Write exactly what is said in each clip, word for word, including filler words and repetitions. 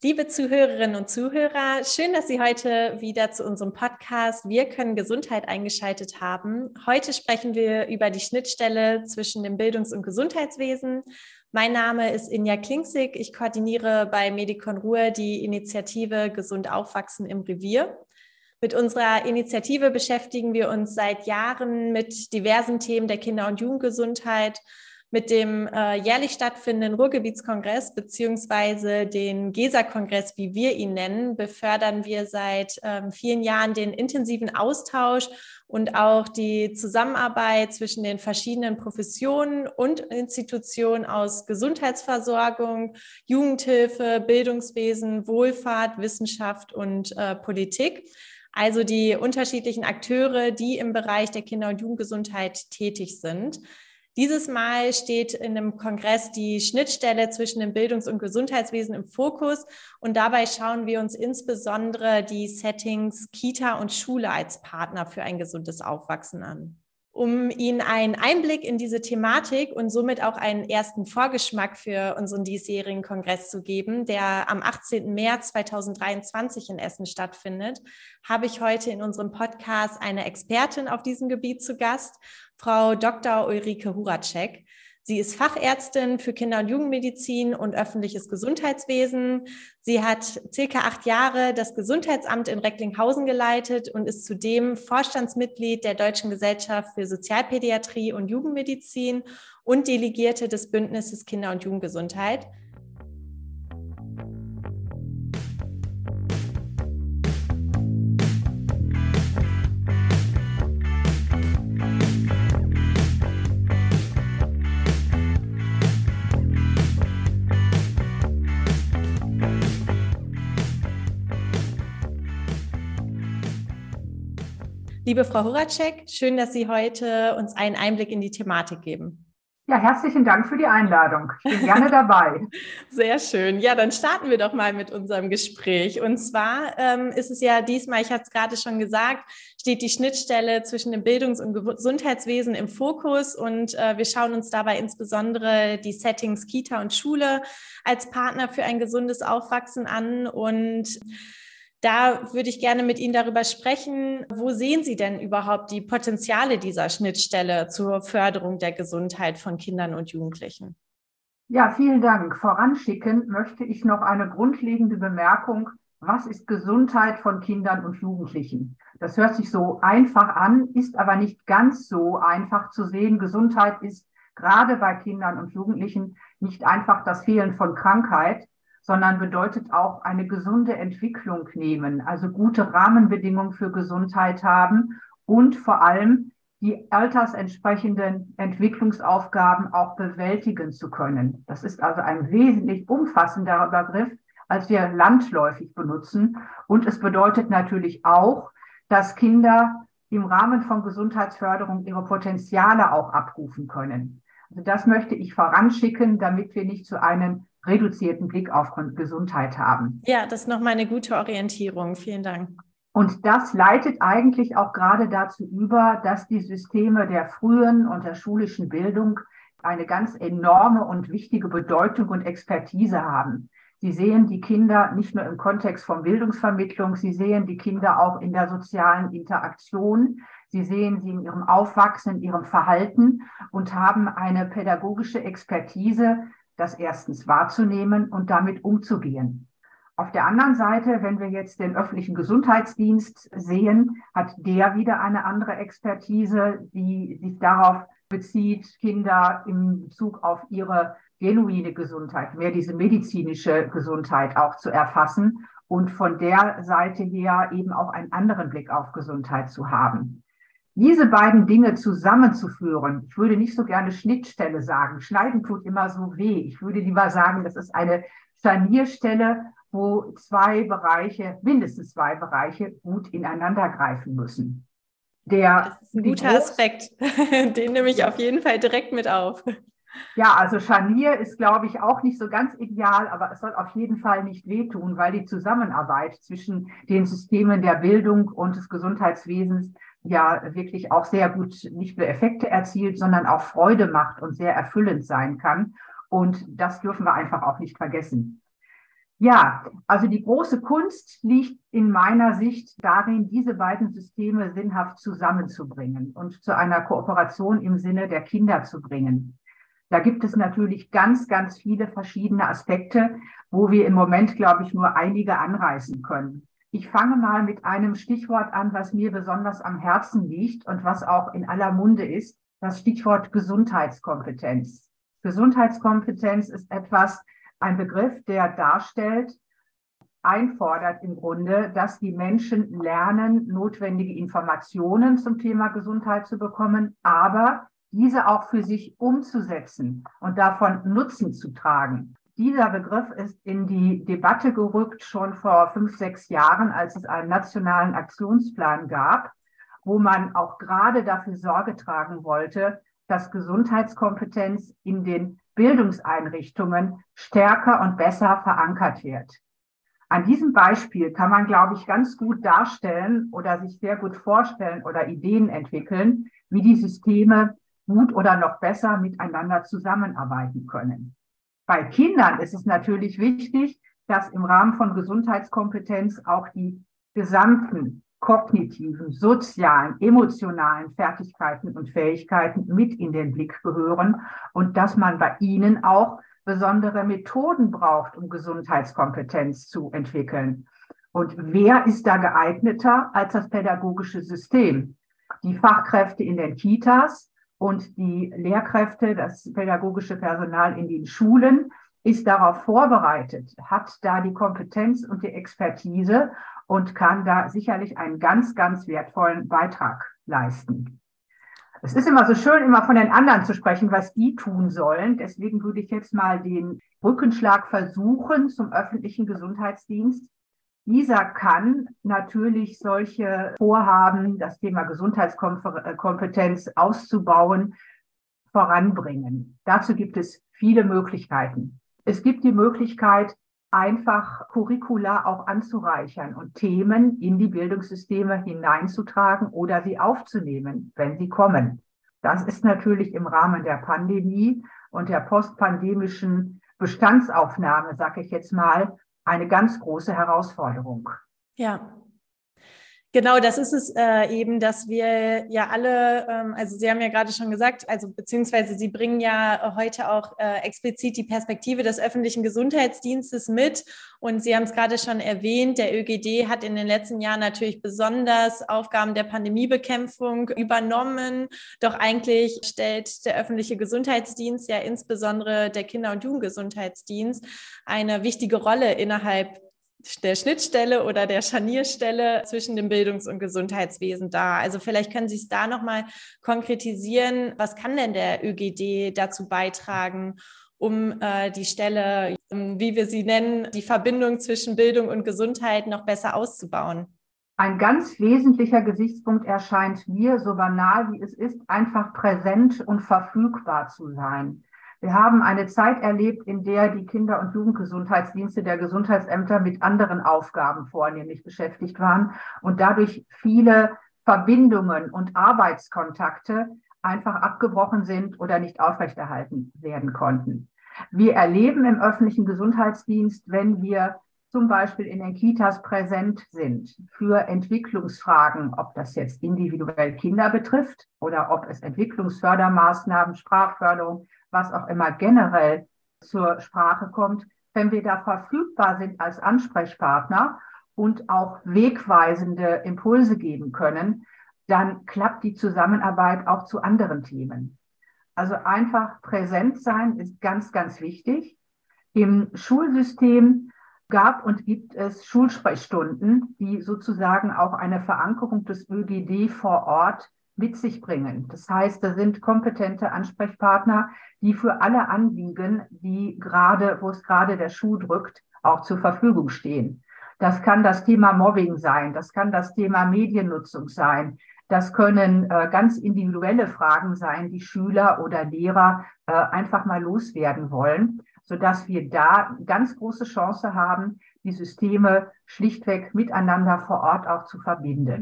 Liebe Zuhörerinnen und Zuhörer, schön, dass Sie heute wieder zu unserem Podcast Wir können Gesundheit eingeschaltet haben. Heute sprechen wir über die Schnittstelle zwischen dem Bildungs- und Gesundheitswesen. Mein Name ist Inja Klingsig. Ich koordiniere bei Medikon Ruhr die Initiative Gesund Aufwachsen im Revier. Mit unserer Initiative beschäftigen wir uns seit Jahren mit diversen Themen der Kinder- und Jugendgesundheit. Mit dem äh, jährlich stattfindenden Ruhrgebietskongress beziehungsweise den G E S A-Kongress, wie wir ihn nennen, befördern wir seit ähm, vielen Jahren den intensiven Austausch und auch die Zusammenarbeit zwischen den verschiedenen Professionen und Institutionen aus Gesundheitsversorgung, Jugendhilfe, Bildungswesen, Wohlfahrt, Wissenschaft und äh, Politik. Also die unterschiedlichen Akteure, die im Bereich der Kinder- und Jugendgesundheit tätig sind. Dieses Mal steht in dem Kongress die Schnittstelle zwischen dem Bildungs- und Gesundheitswesen im Fokus und dabei schauen wir uns insbesondere die Settings Kita und Schule als Partner für ein gesundes Aufwachsen an. Um Ihnen einen Einblick in diese Thematik und somit auch einen ersten Vorgeschmack für unseren diesjährigen Kongress zu geben, der am achtzehnten März zweitausenddreiundzwanzig in Essen stattfindet, habe ich heute in unserem Podcast eine Expertin auf diesem Gebiet zu Gast, Frau Doktor Ulrike Huracek. Sie ist Fachärztin für Kinder- und Jugendmedizin und öffentliches Gesundheitswesen. Sie hat circa acht Jahre das Gesundheitsamt in Recklinghausen geleitet und ist zudem Vorstandsmitglied der Deutschen Gesellschaft für Sozialpädiatrie und Jugendmedizin und Delegierte des Bündnisses Kinder- und Jugendgesundheit. Liebe Frau Huracek, schön, dass Sie heute uns einen Einblick in die Thematik geben. Ja, herzlichen Dank für die Einladung. Ich bin gerne dabei. Sehr schön. Ja, dann starten wir doch mal mit unserem Gespräch. Und zwar ähm, ist es ja diesmal, ich hatte es gerade schon gesagt, steht die Schnittstelle zwischen dem Bildungs- und Gesundheitswesen im Fokus. Und äh, wir schauen uns dabei insbesondere die Settings Kita und Schule als Partner für ein gesundes Aufwachsen an. Und da würde ich gerne mit Ihnen darüber sprechen, wo sehen Sie denn überhaupt die Potenziale dieser Schnittstelle zur Förderung der Gesundheit von Kindern und Jugendlichen? Ja, vielen Dank. Voranschicken möchte ich noch eine grundlegende Bemerkung. Was ist Gesundheit von Kindern und Jugendlichen? Das hört sich so einfach an, ist aber nicht ganz so einfach zu sehen. Gesundheit ist gerade bei Kindern und Jugendlichen nicht einfach das Fehlen von Krankheit, sondern bedeutet auch eine gesunde Entwicklung nehmen, also gute Rahmenbedingungen für Gesundheit haben und vor allem die altersentsprechenden Entwicklungsaufgaben auch bewältigen zu können. Das ist also ein wesentlich umfassender Begriff, als wir landläufig benutzen. Und es bedeutet natürlich auch, dass Kinder im Rahmen von Gesundheitsförderung ihre Potenziale auch abrufen können. Also das möchte ich voranschicken, damit wir nicht zu einem reduzierten Blick auf Gesundheit haben. Ja, das ist nochmal eine gute Orientierung. Vielen Dank. Und das leitet eigentlich auch gerade dazu über, dass die Systeme der frühen und der schulischen Bildung eine ganz enorme und wichtige Bedeutung und Expertise haben. Sie sehen die Kinder nicht nur im Kontext von Bildungsvermittlung, sie sehen die Kinder auch in der sozialen Interaktion, sie sehen sie in ihrem Aufwachsen, in ihrem Verhalten und haben eine pädagogische Expertise, das erstens wahrzunehmen und damit umzugehen. Auf der anderen Seite, wenn wir jetzt den öffentlichen Gesundheitsdienst sehen, hat der wieder eine andere Expertise, die sich darauf bezieht, Kinder in Bezug auf ihre genuine Gesundheit, mehr diese medizinische Gesundheit auch zu erfassen und von der Seite her eben auch einen anderen Blick auf Gesundheit zu haben. Diese beiden Dinge zusammenzuführen, ich würde nicht so gerne Schnittstelle sagen, Schneiden tut immer so weh. Ich würde lieber sagen, das ist eine Scharnierstelle, wo zwei Bereiche, mindestens zwei Bereiche, gut ineinander greifen müssen. Der, das ist ein guter Aspekt, den nehme ich auf jeden Fall direkt mit auf. Ja, also Scharnier ist, glaube ich, auch nicht so ganz ideal, aber es soll auf jeden Fall nicht wehtun, weil die Zusammenarbeit zwischen den Systemen der Bildung und des Gesundheitswesens ja wirklich auch sehr gut nicht nur Effekte erzielt, sondern auch Freude macht und sehr erfüllend sein kann. Und das dürfen wir einfach auch nicht vergessen. Ja, also die große Kunst liegt in meiner Sicht darin, diese beiden Systeme sinnhaft zusammenzubringen und zu einer Kooperation im Sinne der Kinder zu bringen. Da gibt es natürlich ganz, ganz viele verschiedene Aspekte, wo wir im Moment, glaube ich, nur einige anreißen können. Ich fange mal mit einem Stichwort an, was mir besonders am Herzen liegt und was auch in aller Munde ist, das Stichwort Gesundheitskompetenz. Gesundheitskompetenz ist etwas, ein Begriff, der darstellt, einfordert im Grunde, dass die Menschen lernen, notwendige Informationen zum Thema Gesundheit zu bekommen, aber diese auch für sich umzusetzen und davon Nutzen zu tragen. Dieser Begriff ist in die Debatte gerückt schon vor fünf, sechs Jahren, als es einen nationalen Aktionsplan gab, wo man auch gerade dafür Sorge tragen wollte, dass Gesundheitskompetenz in den Bildungseinrichtungen stärker und besser verankert wird. An diesem Beispiel kann man, glaube ich, ganz gut darstellen oder sich sehr gut vorstellen oder Ideen entwickeln, wie die Systeme gut oder noch besser miteinander zusammenarbeiten können. Bei Kindern ist es natürlich wichtig, dass im Rahmen von Gesundheitskompetenz auch die gesamten kognitiven, sozialen, emotionalen Fertigkeiten und Fähigkeiten mit in den Blick gehören und dass man bei ihnen auch besondere Methoden braucht, um Gesundheitskompetenz zu entwickeln. Und wer ist da geeigneter als das pädagogische System? Die Fachkräfte in den Kitas und die Lehrkräfte, das pädagogische Personal in den Schulen ist darauf vorbereitet, hat da die Kompetenz und die Expertise und kann da sicherlich einen ganz, ganz wertvollen Beitrag leisten. Es ist immer so schön, immer von den anderen zu sprechen, was die tun sollen. Deswegen würde ich jetzt mal den Brückenschlag versuchen zum öffentlichen Gesundheitsdienst. Dieser kann natürlich solche Vorhaben, das Thema Gesundheitskompetenz auszubauen, voranbringen. Dazu gibt es viele Möglichkeiten. Es gibt die Möglichkeit, einfach Curricula auch anzureichern und Themen in die Bildungssysteme hineinzutragen oder sie aufzunehmen, wenn sie kommen. Das ist natürlich im Rahmen der Pandemie und der postpandemischen Bestandsaufnahme, sage ich jetzt mal, eine ganz große Herausforderung. Ja. Genau, das ist es äh, eben, dass wir ja alle, ähm, also Sie haben ja gerade schon gesagt, also beziehungsweise Sie bringen ja heute auch äh, explizit die Perspektive des öffentlichen Gesundheitsdienstes mit und Sie haben es gerade schon erwähnt, der Ö G D hat in den letzten Jahren natürlich besonders Aufgaben der Pandemiebekämpfung übernommen, doch eigentlich stellt der öffentliche Gesundheitsdienst, ja insbesondere der Kinder- und Jugendgesundheitsdienst, eine wichtige Rolle innerhalb der Schnittstelle oder der Scharnierstelle zwischen dem Bildungs- und Gesundheitswesen da. Also vielleicht können Sie es da nochmal konkretisieren. Was kann denn der Ö G D dazu beitragen, um äh, die Stelle, wie wir sie nennen, die Verbindung zwischen Bildung und Gesundheit noch besser auszubauen? Ein ganz wesentlicher Gesichtspunkt erscheint mir, so banal wie es ist, einfach präsent und verfügbar zu sein. Wir haben eine Zeit erlebt, in der die Kinder- und Jugendgesundheitsdienste der Gesundheitsämter mit anderen Aufgaben vornehmlich beschäftigt waren und dadurch viele Verbindungen und Arbeitskontakte einfach abgebrochen sind oder nicht aufrechterhalten werden konnten. Wir erleben im öffentlichen Gesundheitsdienst, wenn wir zum Beispiel in den Kitas präsent sind für Entwicklungsfragen, ob das jetzt individuell Kinder betrifft oder ob es Entwicklungsfördermaßnahmen, Sprachförderung, was auch immer generell zur Sprache kommt, wenn wir da verfügbar sind als Ansprechpartner und auch wegweisende Impulse geben können, dann klappt die Zusammenarbeit auch zu anderen Themen. Also einfach präsent sein ist ganz, ganz wichtig. Im Schulsystem gab und gibt es Schulsprechstunden, die sozusagen auch eine Verankerung des Ö G D vor Ort mit sich bringen. Das heißt, da sind kompetente Ansprechpartner, die für alle Anliegen, die gerade, wo es gerade der Schuh drückt, auch zur Verfügung stehen. Das kann das Thema Mobbing sein, das kann das Thema Mediennutzung sein, das können äh, ganz individuelle Fragen sein, die Schüler oder Lehrer äh, einfach mal loswerden wollen, sodass wir da ganz große Chance haben, die Systeme schlichtweg miteinander vor Ort auch zu verbinden.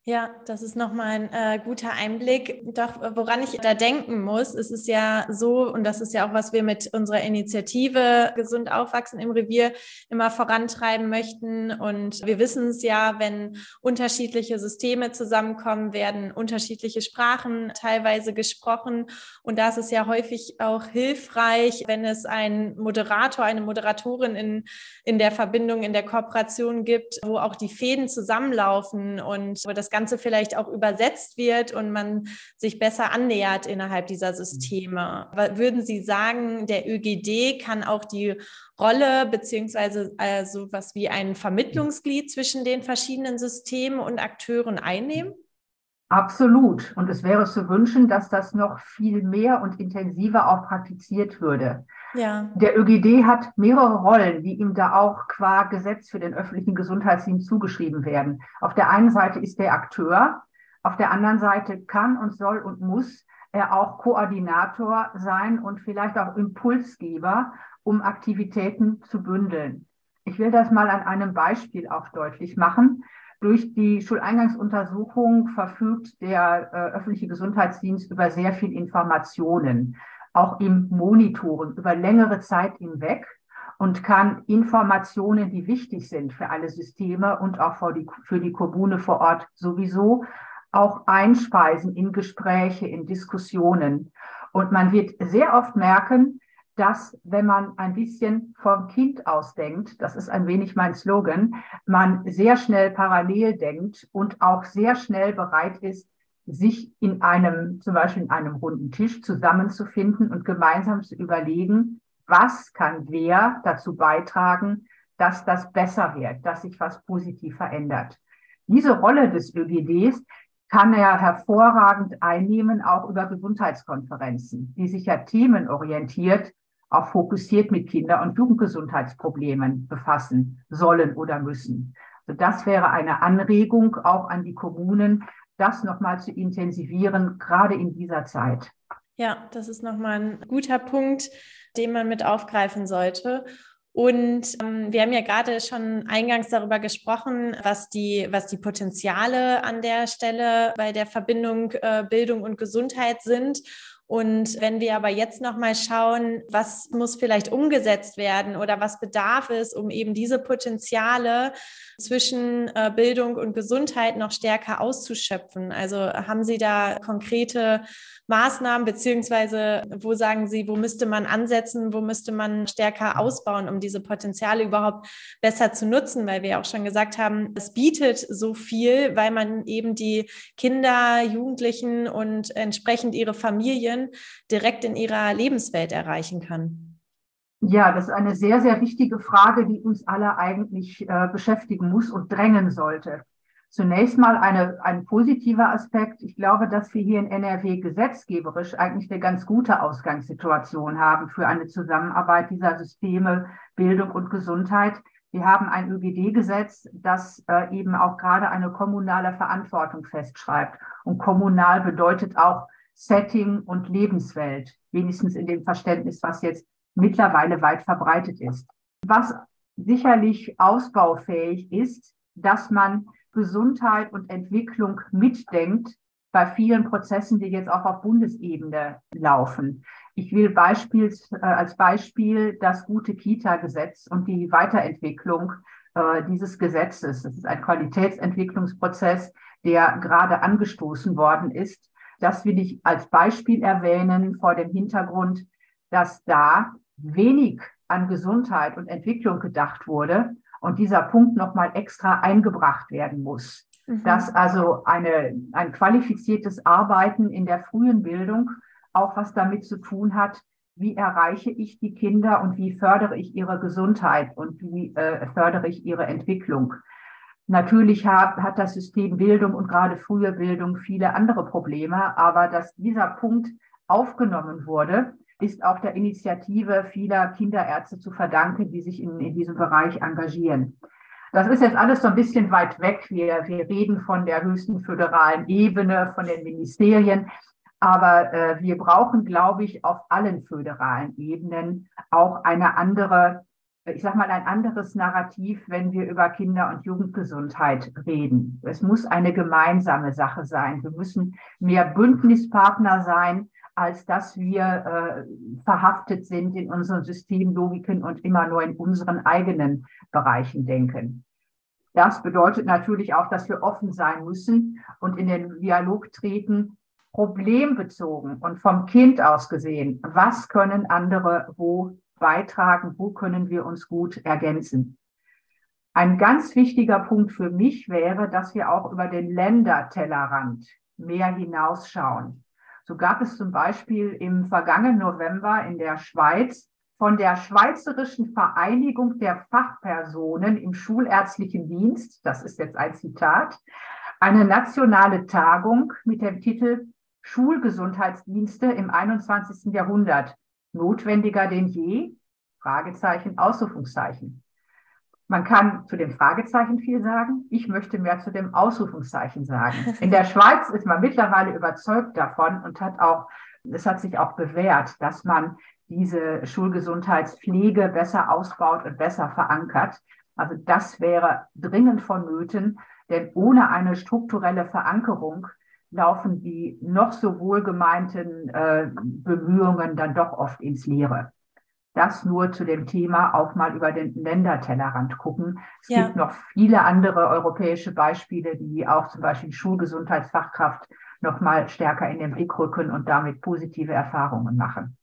Ja, das ist nochmal ein äh, guter Einblick. Doch woran ich da denken muss, es ist ja so, und das ist ja auch, was wir mit unserer Initiative Gesund aufwachsen im Revier immer vorantreiben möchten. Und wir wissen es ja, wenn unterschiedliche Systeme zusammenkommen, werden unterschiedliche Sprachen teilweise gesprochen. Und da ist es ja häufig auch hilfreich, wenn es einen Moderator, eine Moderatorin in, in der Verbindung, in der Kooperation gibt, wo auch die Fäden zusammenlaufen und wo das Ganze vielleicht auch übersetzt wird und man sich besser annähert innerhalb dieser Systeme. Würden Sie sagen, der Ö G D kann auch die Rolle beziehungsweise äh, so was wie ein Vermittlungsglied zwischen den verschiedenen Systemen und Akteuren einnehmen? Absolut. Und es wäre zu wünschen, dass das noch viel mehr und intensiver auch praktiziert würde. Ja. Der Ö G D hat mehrere Rollen, die ihm da auch qua Gesetz für den öffentlichen Gesundheitsdienst zugeschrieben werden. Auf der einen Seite ist er Akteur, auf der anderen Seite kann und soll und muss er auch Koordinator sein und vielleicht auch Impulsgeber, um Aktivitäten zu bündeln. Ich will das mal an einem Beispiel auch deutlich machen. Durch die Schuleingangsuntersuchung verfügt der äh, öffentliche Gesundheitsdienst über sehr viel Informationen, auch im Monitoren über längere Zeit hinweg und kann Informationen, die wichtig sind für alle Systeme und auch für die, für die Kommune vor Ort sowieso, auch einspeisen in Gespräche, in Diskussionen. Und man wird sehr oft merken, dass, wenn man ein bisschen vom Kind aus denkt, das ist ein wenig mein Slogan, man sehr schnell parallel denkt und auch sehr schnell bereit ist, sich in einem, zum Beispiel in einem runden Tisch zusammenzufinden und gemeinsam zu überlegen, was kann wer dazu beitragen, dass das besser wird, dass sich was positiv verändert. Diese Rolle des Ö G Ds kann er hervorragend einnehmen, auch über Gesundheitskonferenzen, die sich ja themenorientiert, auch fokussiert mit Kinder- und Jugendgesundheitsproblemen befassen sollen oder müssen. Also das wäre eine Anregung auch an die Kommunen, das nochmal zu intensivieren, gerade in dieser Zeit. Ja, das ist nochmal ein guter Punkt, den man mit aufgreifen sollte. Und ähm, wir haben ja gerade schon eingangs darüber gesprochen, was die, was die Potenziale an der Stelle bei der Verbindung äh, Bildung und Gesundheit sind. Und wenn wir aber jetzt nochmal schauen, was muss vielleicht umgesetzt werden oder was bedarf es, um eben diese Potenziale zwischen äh, Bildung und Gesundheit noch stärker auszuschöpfen? Also haben Sie da konkrete Maßnahmen, beziehungsweise wo sagen Sie, wo müsste man ansetzen, wo müsste man stärker ausbauen, um diese Potenziale überhaupt besser zu nutzen? Weil wir ja auch schon gesagt haben, es bietet so viel, weil man eben die Kinder, Jugendlichen und entsprechend ihre Familien direkt in ihrer Lebenswelt erreichen kann. Ja, das ist eine sehr, sehr wichtige Frage, die uns alle eigentlich äh, beschäftigen muss und drängen sollte. Zunächst mal eine, ein positiver Aspekt. Ich glaube, dass wir hier in N R W gesetzgeberisch eigentlich eine ganz gute Ausgangssituation haben für eine Zusammenarbeit dieser Systeme Bildung und Gesundheit. Wir haben ein Ö G D-Gesetz, das äh, eben auch gerade eine kommunale Verantwortung festschreibt. Und kommunal bedeutet auch Setting und Lebenswelt, wenigstens in dem Verständnis, was jetzt mittlerweile weit verbreitet ist. Was sicherlich ausbaufähig ist, dass man Gesundheit und Entwicklung mitdenkt bei vielen Prozessen, die jetzt auch auf Bundesebene laufen. Ich will beispiels, äh, als Beispiel das gute Kita-Gesetz und die Weiterentwicklung äh, dieses Gesetzes. Das ist ein Qualitätsentwicklungsprozess, der gerade angestoßen worden ist. Das will ich als Beispiel erwähnen vor dem Hintergrund, dass da wenig an Gesundheit und Entwicklung gedacht wurde und dieser Punkt nochmal extra eingebracht werden muss. Mhm. Dass also eine, ein qualifiziertes Arbeiten in der frühen Bildung auch was damit zu tun hat, wie erreiche ich die Kinder und wie fördere ich ihre Gesundheit und wie äh, fördere ich ihre Entwicklung. Natürlich hat, hat das System Bildung und gerade frühe Bildung viele andere Probleme, aber dass dieser Punkt aufgenommen wurde, ist auch der Initiative vieler Kinderärzte zu verdanken, die sich in, in diesem Bereich engagieren. Das ist jetzt alles so ein bisschen weit weg. Wir, wir reden von der höchsten föderalen Ebene, von den Ministerien. Aber äh, wir brauchen, glaube ich, auf allen föderalen Ebenen auch eine andere ich sage mal, ein anderes Narrativ, wenn wir über Kinder- und Jugendgesundheit reden. Es muss eine gemeinsame Sache sein. Wir müssen mehr Bündnispartner sein, als dass wir äh, verhaftet sind in unseren Systemlogiken und immer nur in unseren eigenen Bereichen denken. Das bedeutet natürlich auch, dass wir offen sein müssen und in den Dialog treten, problembezogen und vom Kind aus gesehen. Was können andere wo beitragen? Wo können wir uns gut ergänzen? Ein ganz wichtiger Punkt für mich wäre, dass wir auch über den Ländertellerrand mehr hinausschauen. So gab es zum Beispiel im vergangenen November in der Schweiz von der Schweizerischen Vereinigung der Fachpersonen im schulärztlichen Dienst, das ist jetzt ein Zitat, eine nationale Tagung mit dem Titel Schulgesundheitsdienste im einundzwanzigsten Jahrhundert. Notwendiger denn je? Fragezeichen, Ausrufungszeichen. Man kann zu dem Fragezeichen viel sagen. Ich möchte mehr zu dem Ausrufungszeichen sagen. In der Schweiz ist man mittlerweile überzeugt davon und hat auch, es hat sich auch bewährt, dass man diese Schulgesundheitspflege besser ausbaut und besser verankert. Also das wäre dringend vonnöten, denn ohne eine strukturelle Verankerung laufen die noch so wohlgemeinten äh, Bemühungen dann doch oft ins Leere. Das nur zu dem Thema, auch mal über den Ländertellerrand gucken. Es ja. gibt noch viele andere europäische Beispiele, die auch zum Beispiel die Schulgesundheitsfachkraft noch mal stärker in den Blick rücken und damit positive Erfahrungen machen.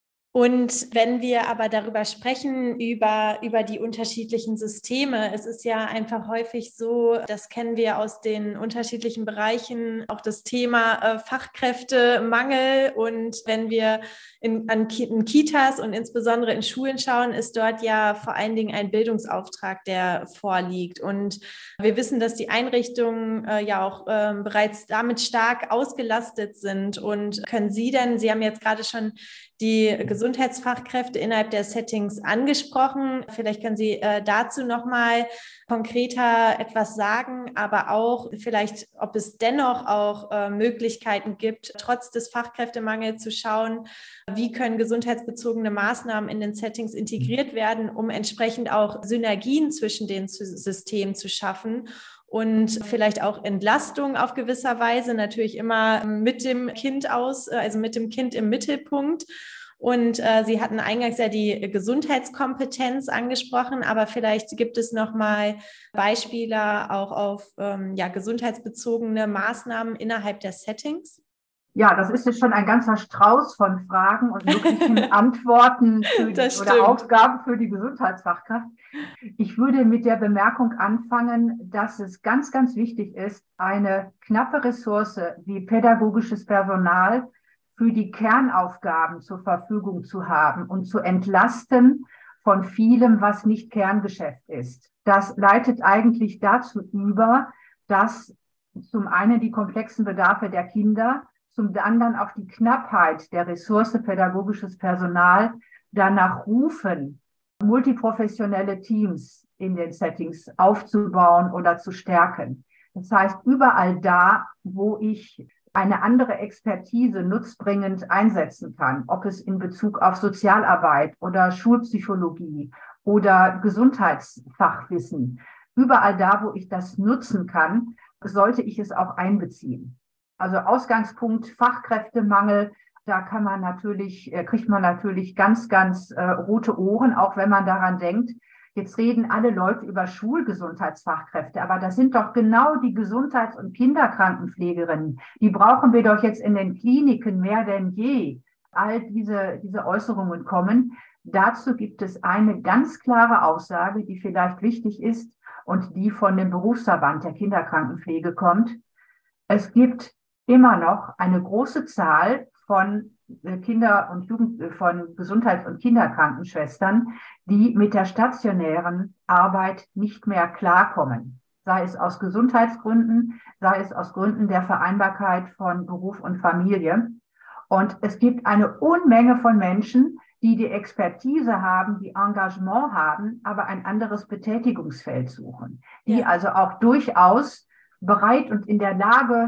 Und wenn wir aber darüber sprechen, über, über die unterschiedlichen Systeme, es ist ja einfach häufig so, das kennen wir aus den unterschiedlichen Bereichen, auch das Thema äh, Fachkräftemangel. Und wenn wir in, an Ki- in Kitas und insbesondere in Schulen schauen, ist dort ja vor allen Dingen ein Bildungsauftrag, der vorliegt. Und wir wissen, dass die Einrichtungen äh, ja auch äh, bereits damit stark ausgelastet sind. Und können Sie denn, Sie haben jetzt gerade schon die Gesundheitsfachkräfte innerhalb der Settings angesprochen. Vielleicht können Sie äh, dazu nochmal konkreter etwas sagen, aber auch vielleicht, ob es dennoch auch äh, Möglichkeiten gibt, trotz des Fachkräftemangels zu schauen, wie können gesundheitsbezogene Maßnahmen in den Settings integriert werden, um entsprechend auch Synergien zwischen den Systemen zu schaffen. Und vielleicht auch Entlastung auf gewisser Weise, natürlich immer mit dem Kind aus, also mit dem Kind im Mittelpunkt. Und äh, Sie hatten eingangs ja die Gesundheitskompetenz angesprochen, aber vielleicht gibt es noch mal Beispiele auch auf ähm, ja, gesundheitsbezogene Maßnahmen innerhalb der Settings? Ja, das ist jetzt schon ein ganzer Strauß von Fragen und möglichen Antworten für die, oder Aufgaben für die Gesundheitsfachkraft. Ich würde mit der Bemerkung anfangen, dass es ganz, ganz wichtig ist, eine knappe Ressource wie pädagogisches Personal für die Kernaufgaben zur Verfügung zu haben und zu entlasten von vielem, was nicht Kerngeschäft ist. Das leitet eigentlich dazu über, dass zum einen die komplexen Bedarfe der Kinder, zum anderen auch die Knappheit der Ressource pädagogisches Personal danach rufen, multiprofessionelle Teams in den Settings aufzubauen oder zu stärken. Das heißt, überall da, wo ich eine andere Expertise nutzbringend einsetzen kann, ob es in Bezug auf Sozialarbeit oder Schulpsychologie oder Gesundheitsfachwissen, überall da, wo ich das nutzen kann, sollte ich es auch einbeziehen. Also Ausgangspunkt Fachkräftemangel, da kann man natürlich, kriegt man natürlich ganz, ganz äh, rote Ohren, auch wenn man daran denkt, jetzt reden alle Leute über Schulgesundheitsfachkräfte, aber das sind doch genau die Gesundheits- und Kinderkrankenpflegerinnen. Die brauchen wir doch jetzt in den Kliniken mehr denn je. All diese, diese Äußerungen kommen. Dazu gibt es eine ganz klare Aussage, die vielleicht wichtig ist und die von dem Berufsverband der Kinderkrankenpflege kommt. Es gibt immer noch eine große Zahl von Kinder- und Jugend, von Gesundheits- und Kinderkrankenschwestern, die mit der stationären Arbeit nicht mehr klarkommen. Sei es aus Gesundheitsgründen, sei es aus Gründen der Vereinbarkeit von Beruf und Familie. Und es gibt eine Unmenge von Menschen, die die Expertise haben, die Engagement haben, aber ein anderes Betätigungsfeld suchen, die ja. also auch durchaus bereit und in der Lage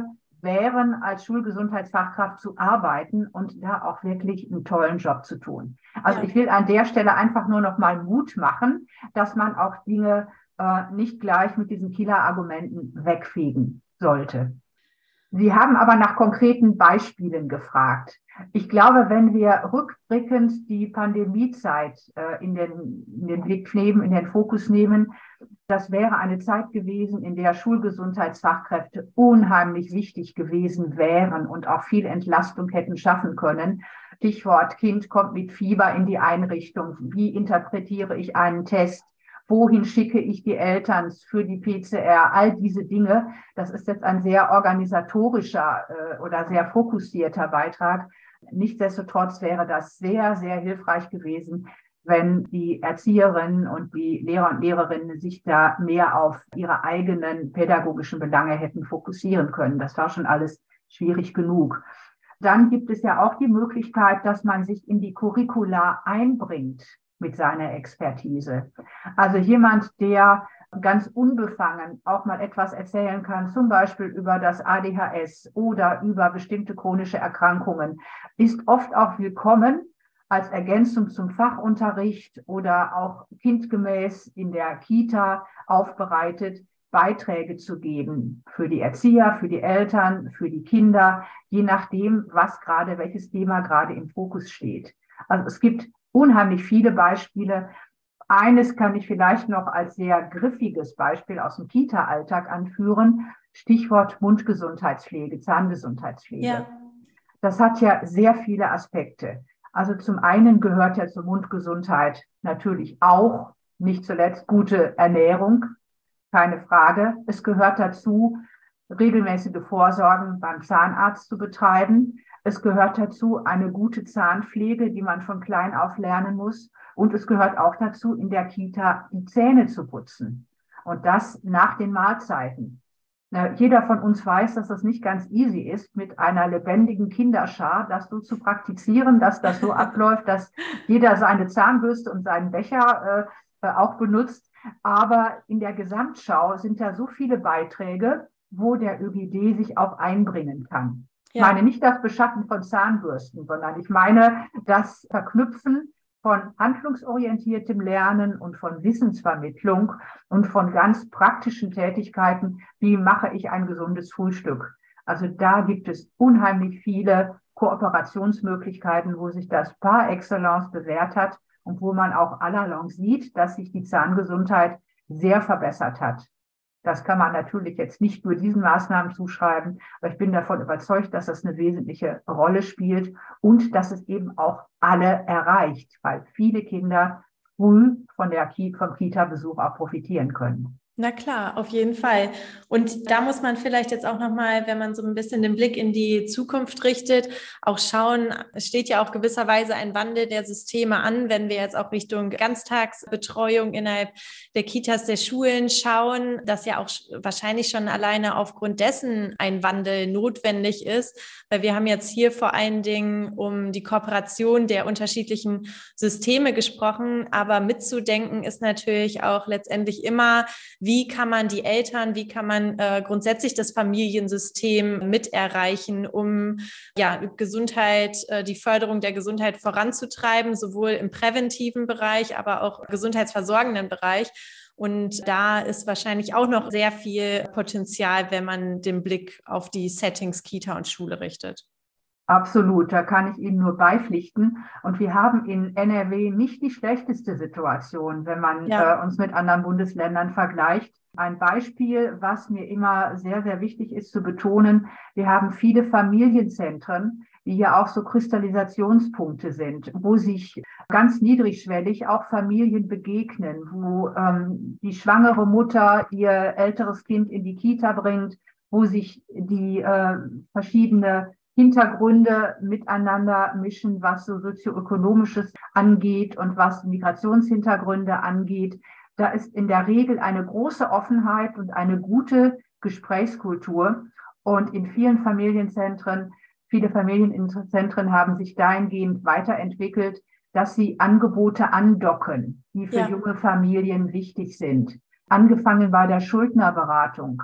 wären, als Schulgesundheitsfachkraft zu arbeiten und da auch wirklich einen tollen Job zu tun. Also Ja. ich will an der Stelle einfach nur noch mal Mut machen, dass man auch Dinge äh, nicht gleich mit diesen Killer-Argumenten wegfegen sollte. Sie haben aber nach konkreten Beispielen gefragt. Ich glaube, wenn wir rückblickend die Pandemiezeit äh, in den, in den Blick nehmen, in den Fokus nehmen, das wäre eine Zeit gewesen, in der Schulgesundheitsfachkräfte unheimlich wichtig gewesen wären und auch viel Entlastung hätten schaffen können. Stichwort: Kind kommt mit Fieber in die Einrichtung. Wie interpretiere ich einen Test? Wohin schicke ich die Eltern für die P C R? All diese Dinge. Das ist jetzt ein sehr organisatorischer äh, oder sehr fokussierter Beitrag. Nichtsdestotrotz wäre das sehr, sehr hilfreich gewesen, wenn die Erzieherinnen und die Lehrer und Lehrerinnen sich da mehr auf ihre eigenen pädagogischen Belange hätten fokussieren können. Das war schon alles schwierig genug. Dann gibt es ja auch die Möglichkeit, dass man sich in die Curricula einbringt mit seiner Expertise. Also jemand, der ganz unbefangen auch mal etwas erzählen kann, zum Beispiel über das A D H S oder über bestimmte chronische Erkrankungen, ist oft auch willkommen als Ergänzung zum Fachunterricht oder auch kindgemäß in der Kita aufbereitet, Beiträge zu geben für die Erzieher, für die Eltern, für die Kinder, je nachdem, was gerade, welches Thema gerade im Fokus steht. Also es gibt unheimlich viele Beispiele. Eines kann ich vielleicht noch als sehr griffiges Beispiel aus dem Kita-Alltag anführen. Stichwort Mundgesundheitspflege, Zahngesundheitspflege. Ja. Das hat ja sehr viele Aspekte. Also zum einen gehört ja zur Mundgesundheit natürlich auch, nicht zuletzt, gute Ernährung, keine Frage. Es gehört dazu, regelmäßige Vorsorgen beim Zahnarzt zu betreiben. Es gehört dazu eine gute Zahnpflege, die man von klein auf lernen muss. Und es gehört auch dazu, in der Kita die Zähne zu putzen. Und das nach den Mahlzeiten. Na, jeder von uns weiß, dass das nicht ganz easy ist, mit einer lebendigen Kinderschar das so zu praktizieren, dass das so abläuft, dass jeder seine Zahnbürste und seinen Becher äh, auch benutzt. Aber in der Gesamtschau sind da so viele Beiträge, wo der Ö G D sich auch einbringen kann. Ich Ja. meine nicht das Beschaffen von Zahnbürsten, sondern ich meine das Verknüpfen von handlungsorientiertem Lernen und von Wissensvermittlung und von ganz praktischen Tätigkeiten. Wie mache ich ein gesundes Frühstück? Also da gibt es unheimlich viele Kooperationsmöglichkeiten, wo sich das par excellence bewährt hat und wo man auch allalong sieht, dass sich die Zahngesundheit sehr verbessert hat. Das kann man natürlich jetzt nicht nur diesen Maßnahmen zuschreiben, aber ich bin davon überzeugt, dass das eine wesentliche Rolle spielt und dass es eben auch alle erreicht, weil viele Kinder früh von der vom Kita-Besuch auch profitieren können. Na klar, auf jeden Fall. Und da muss man vielleicht jetzt auch nochmal, wenn man so ein bisschen den Blick in die Zukunft richtet, auch schauen, es steht ja auch gewisserweise ein Wandel der Systeme an, wenn wir jetzt auch Richtung Ganztagsbetreuung innerhalb der Kitas, der Schulen schauen, dass ja auch wahrscheinlich schon alleine aufgrund dessen ein Wandel notwendig ist, weil wir haben jetzt hier vor allen Dingen um die Kooperation der unterschiedlichen Systeme gesprochen, aber mitzudenken ist natürlich auch letztendlich immer, wie kann man die Eltern, wie kann man äh, grundsätzlich das Familiensystem mit erreichen, um ja, Gesundheit, äh, die Förderung der Gesundheit voranzutreiben, sowohl im präventiven Bereich, aber auch im gesundheitsversorgenden Bereich. Und da ist wahrscheinlich auch noch sehr viel Potenzial, wenn man den Blick auf die Settings Kita und Schule richtet. Absolut, da kann ich Ihnen nur beipflichten. Und wir haben in N R W nicht die schlechteste Situation, wenn man Ja. äh, uns mit anderen Bundesländern vergleicht. Ein Beispiel, was mir immer sehr, sehr wichtig ist zu betonen: Wir haben viele Familienzentren, die ja auch so Kristallisationspunkte sind, wo sich ganz niedrigschwellig auch Familien begegnen, wo ähm, die schwangere Mutter ihr älteres Kind in die Kita bringt, wo sich die äh, verschiedene Hintergründe miteinander mischen, was so sozioökonomisches angeht und was Migrationshintergründe angeht. Da ist in der Regel eine große Offenheit und eine gute Gesprächskultur. Und in vielen Familienzentren, viele Familienzentren haben sich dahingehend weiterentwickelt, dass sie Angebote andocken, die für Ja. junge Familien wichtig sind. Angefangen bei der Schuldnerberatung.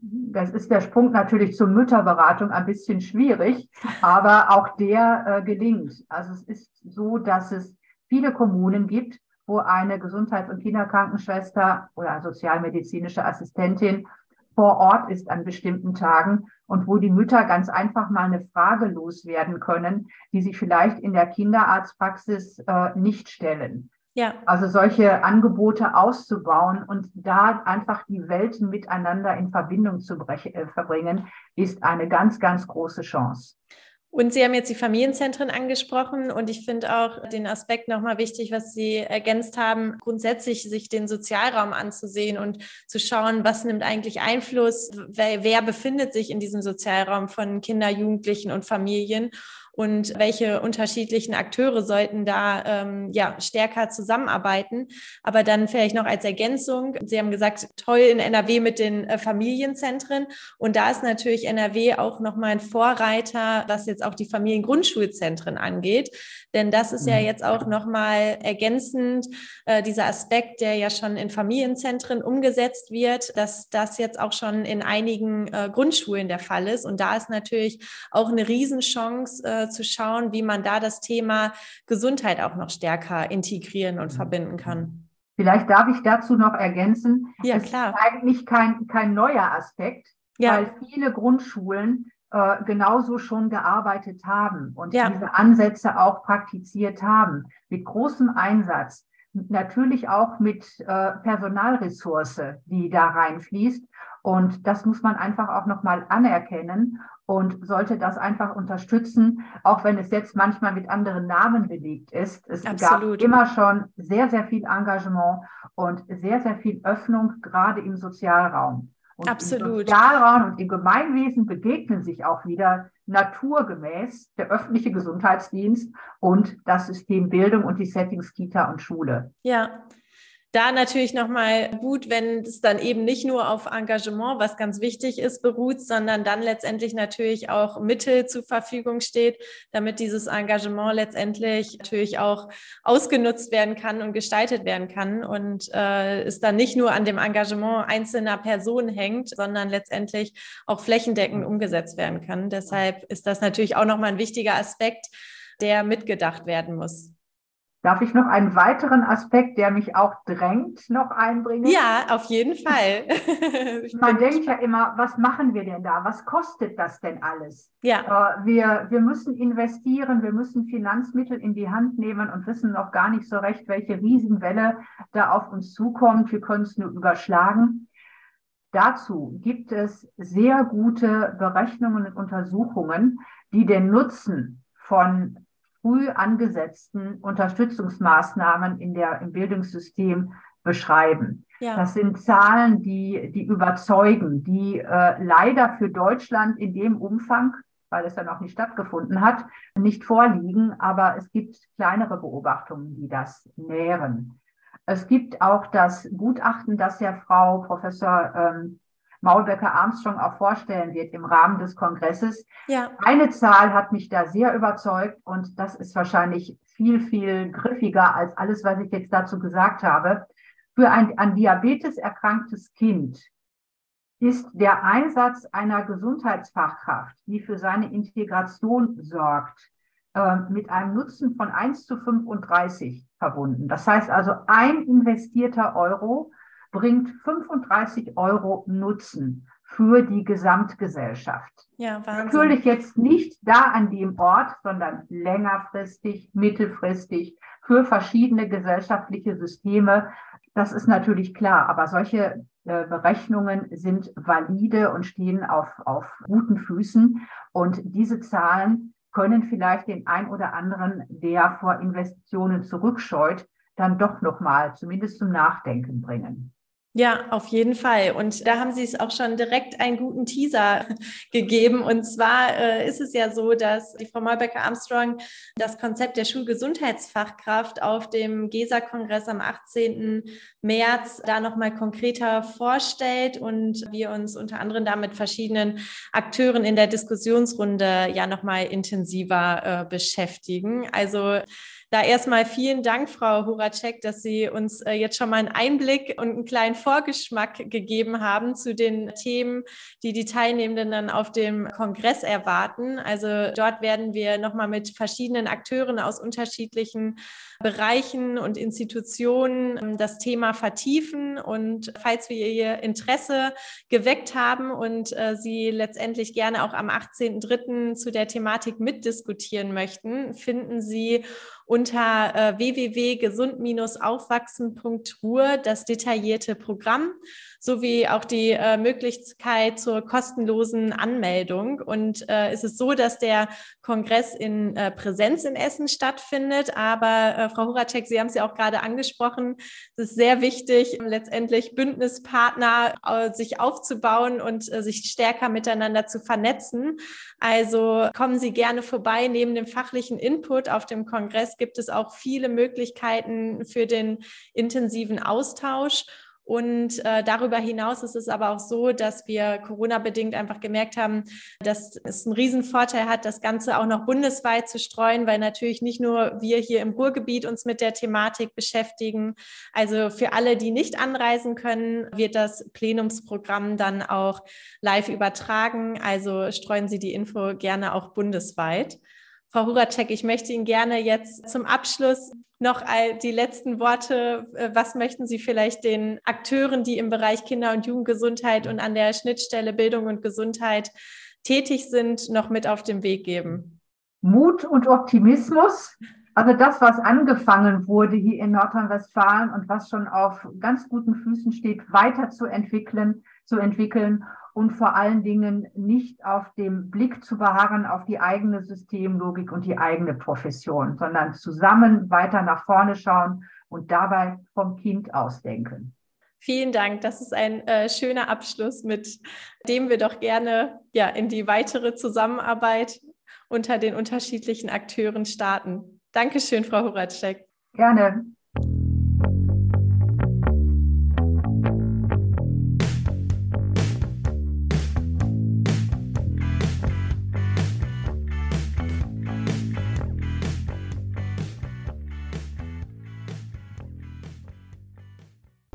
Das ist der Sprung natürlich zur Mütterberatung ein bisschen schwierig, aber auch der äh, gelingt. Also es ist so, dass es viele Kommunen gibt, wo eine Gesundheits- und Kinderkrankenschwester oder sozialmedizinische Assistentin vor Ort ist an bestimmten Tagen und wo die Mütter ganz einfach mal eine Frage loswerden können, die sie vielleicht in der Kinderarztpraxis äh, nicht stellen. Ja. Also solche Angebote auszubauen und da einfach die Welten miteinander in Verbindung zu äh, verbringen, ist eine ganz, ganz große Chance. Und Sie haben jetzt die Familienzentren angesprochen und ich finde auch den Aspekt nochmal wichtig, was Sie ergänzt haben, grundsätzlich sich den Sozialraum anzusehen und zu schauen, was nimmt eigentlich Einfluss, wer, wer befindet sich in diesem Sozialraum von Kindern, Jugendlichen und Familien. Und welche unterschiedlichen Akteure sollten da ähm, ja, stärker zusammenarbeiten. Aber dann vielleicht noch als Ergänzung, Sie haben gesagt, toll in N R W mit den äh, Familienzentren. Und da ist natürlich N R W auch nochmal ein Vorreiter, was jetzt auch die Familiengrundschulzentren angeht. Denn das ist ja jetzt auch nochmal ergänzend, äh, dieser Aspekt, der ja schon in Familienzentren umgesetzt wird, dass das jetzt auch schon in einigen äh, Grundschulen der Fall ist. Und da ist natürlich auch eine Riesenchance, äh, zu schauen, wie man da das Thema Gesundheit auch noch stärker integrieren und verbinden kann. Vielleicht darf ich dazu noch ergänzen, Ja, es klar. ist eigentlich kein, kein neuer Aspekt, Ja. weil viele Grundschulen äh, genauso schon gearbeitet haben und Ja. diese Ansätze auch praktiziert haben, mit großem Einsatz, natürlich auch mit äh, Personalressource, die da reinfließt. Und das muss man einfach auch nochmal anerkennen und sollte das einfach unterstützen, auch wenn es jetzt manchmal mit anderen Namen belegt ist. Es Absolut. gab immer schon sehr, sehr viel Engagement und sehr, sehr viel Öffnung, gerade im Sozialraum. Und Absolut. im Sozialraum und im Gemeinwesen begegnen sich auch wieder naturgemäß der öffentliche Gesundheitsdienst und das System Bildung und die Settings Kita und Schule. Ja. Da natürlich nochmal gut, wenn es dann eben nicht nur auf Engagement, was ganz wichtig ist, beruht, sondern dann letztendlich natürlich auch Mittel zur Verfügung steht, damit dieses Engagement letztendlich natürlich auch ausgenutzt werden kann und gestaltet werden kann und äh, es dann nicht nur an dem Engagement einzelner Personen hängt, sondern letztendlich auch flächendeckend umgesetzt werden kann. Deshalb ist das natürlich auch nochmal ein wichtiger Aspekt, der mitgedacht werden muss. Darf ich noch einen weiteren Aspekt, der mich auch drängt, noch einbringen? Ja, auf jeden Fall. Man denkt ja immer, was machen wir denn da? Was kostet das denn alles? Ja. Äh, wir, wir müssen investieren, wir müssen Finanzmittel in die Hand nehmen und wissen noch gar nicht so recht, welche Riesenwelle da auf uns zukommt. Wir können es nur überschlagen. Dazu gibt es sehr gute Berechnungen und Untersuchungen, die den Nutzen von früh angesetzten Unterstützungsmaßnahmen in der, im Bildungssystem beschreiben. Ja. Das sind Zahlen, die, die überzeugen, die äh, leider für Deutschland in dem Umfang, weil es ja noch nicht stattgefunden hat, nicht vorliegen. Aber es gibt kleinere Beobachtungen, die das nähren. Es gibt auch das Gutachten, das ja Frau Professor ähm, Maulbecker-Armstrong auch vorstellen wird im Rahmen des Kongresses. Ja. Eine Zahl hat mich da sehr überzeugt und das ist wahrscheinlich viel, viel griffiger als alles, was ich jetzt dazu gesagt habe. Für ein an Diabetes erkranktes Kind ist der Einsatz einer Gesundheitsfachkraft, die für seine Integration sorgt, äh, mit einem Nutzen von eins zu fünfunddreißig verbunden. Das heißt also, ein investierter Euro bringt fünfunddreißig Euro Nutzen für die Gesamtgesellschaft. Ja, Wahnsinn. Natürlich jetzt nicht da an dem Ort, sondern längerfristig, mittelfristig, für verschiedene gesellschaftliche Systeme. Das ist natürlich klar, aber solche äh, Berechnungen sind valide und stehen auf, auf guten Füßen. Und diese Zahlen können vielleicht den ein oder anderen, der vor Investitionen zurückscheut, dann doch nochmal zumindest zum Nachdenken bringen. Ja, auf jeden Fall. Und da haben Sie es auch schon direkt einen guten Teaser gegeben. Und zwar äh, ist es ja so, dass die Frau Maulbecker-Armstrong das Konzept der Schulgesundheitsfachkraft auf dem G E S A-Kongress am achtzehnten März da nochmal konkreter vorstellt und wir uns unter anderem da mit verschiedenen Akteuren in der Diskussionsrunde ja nochmal intensiver äh, beschäftigen. Also Da erstmal vielen Dank, Frau Horacek, dass Sie uns jetzt schon mal einen Einblick und einen kleinen Vorgeschmack gegeben haben zu den Themen, die die Teilnehmenden dann auf dem Kongress erwarten. Also dort werden wir nochmal mit verschiedenen Akteuren aus unterschiedlichen Bereichen und Institutionen das Thema vertiefen. Und falls wir Ihr Interesse geweckt haben und äh, Sie letztendlich gerne auch am achtzehnten dritten zu der Thematik mitdiskutieren möchten, finden Sie unter äh, w w w punkt gesund Bindestrich aufwachsen punkt ruhr das detaillierte Programm sowie auch die äh, Möglichkeit zur kostenlosen Anmeldung. Und äh, es ist so, dass der Kongress in äh, Präsenz in Essen stattfindet. Aber äh, Frau Horacek, Sie haben es ja auch gerade angesprochen, es ist sehr wichtig, letztendlich Bündnispartner äh, sich aufzubauen und äh, sich stärker miteinander zu vernetzen. Also kommen Sie gerne vorbei. Neben dem fachlichen Input auf dem Kongress gibt es auch viele Möglichkeiten für den intensiven Austausch. Und äh, darüber hinaus ist es aber auch so, dass wir Corona-bedingt einfach gemerkt haben, dass es einen Riesenvorteil hat, das Ganze auch noch bundesweit zu streuen, weil natürlich nicht nur wir hier im Ruhrgebiet uns mit der Thematik beschäftigen. Also für alle, die nicht anreisen können, wird das Plenumsprogramm dann auch live übertragen. Also streuen Sie die Info gerne auch bundesweit. Frau Horacek, ich möchte Ihnen gerne jetzt zum Abschluss noch die letzten Worte, was möchten Sie vielleicht den Akteuren, die im Bereich Kinder- und Jugendgesundheit und an der Schnittstelle Bildung und Gesundheit tätig sind, noch mit auf den Weg geben? Mut und Optimismus. Also das, was angefangen wurde hier in Nordrhein-Westfalen und was schon auf ganz guten Füßen steht, weiterzuentwickeln, zu entwickeln und vor allen Dingen nicht auf dem Blick zu beharren auf die eigene Systemlogik und die eigene Profession, sondern zusammen weiter nach vorne schauen und dabei vom Kind aus denken. Vielen Dank. Das ist ein äh, schöner Abschluss, mit dem wir doch gerne ja, in die weitere Zusammenarbeit unter den unterschiedlichen Akteuren starten. Dankeschön, Frau Horacek. Gerne.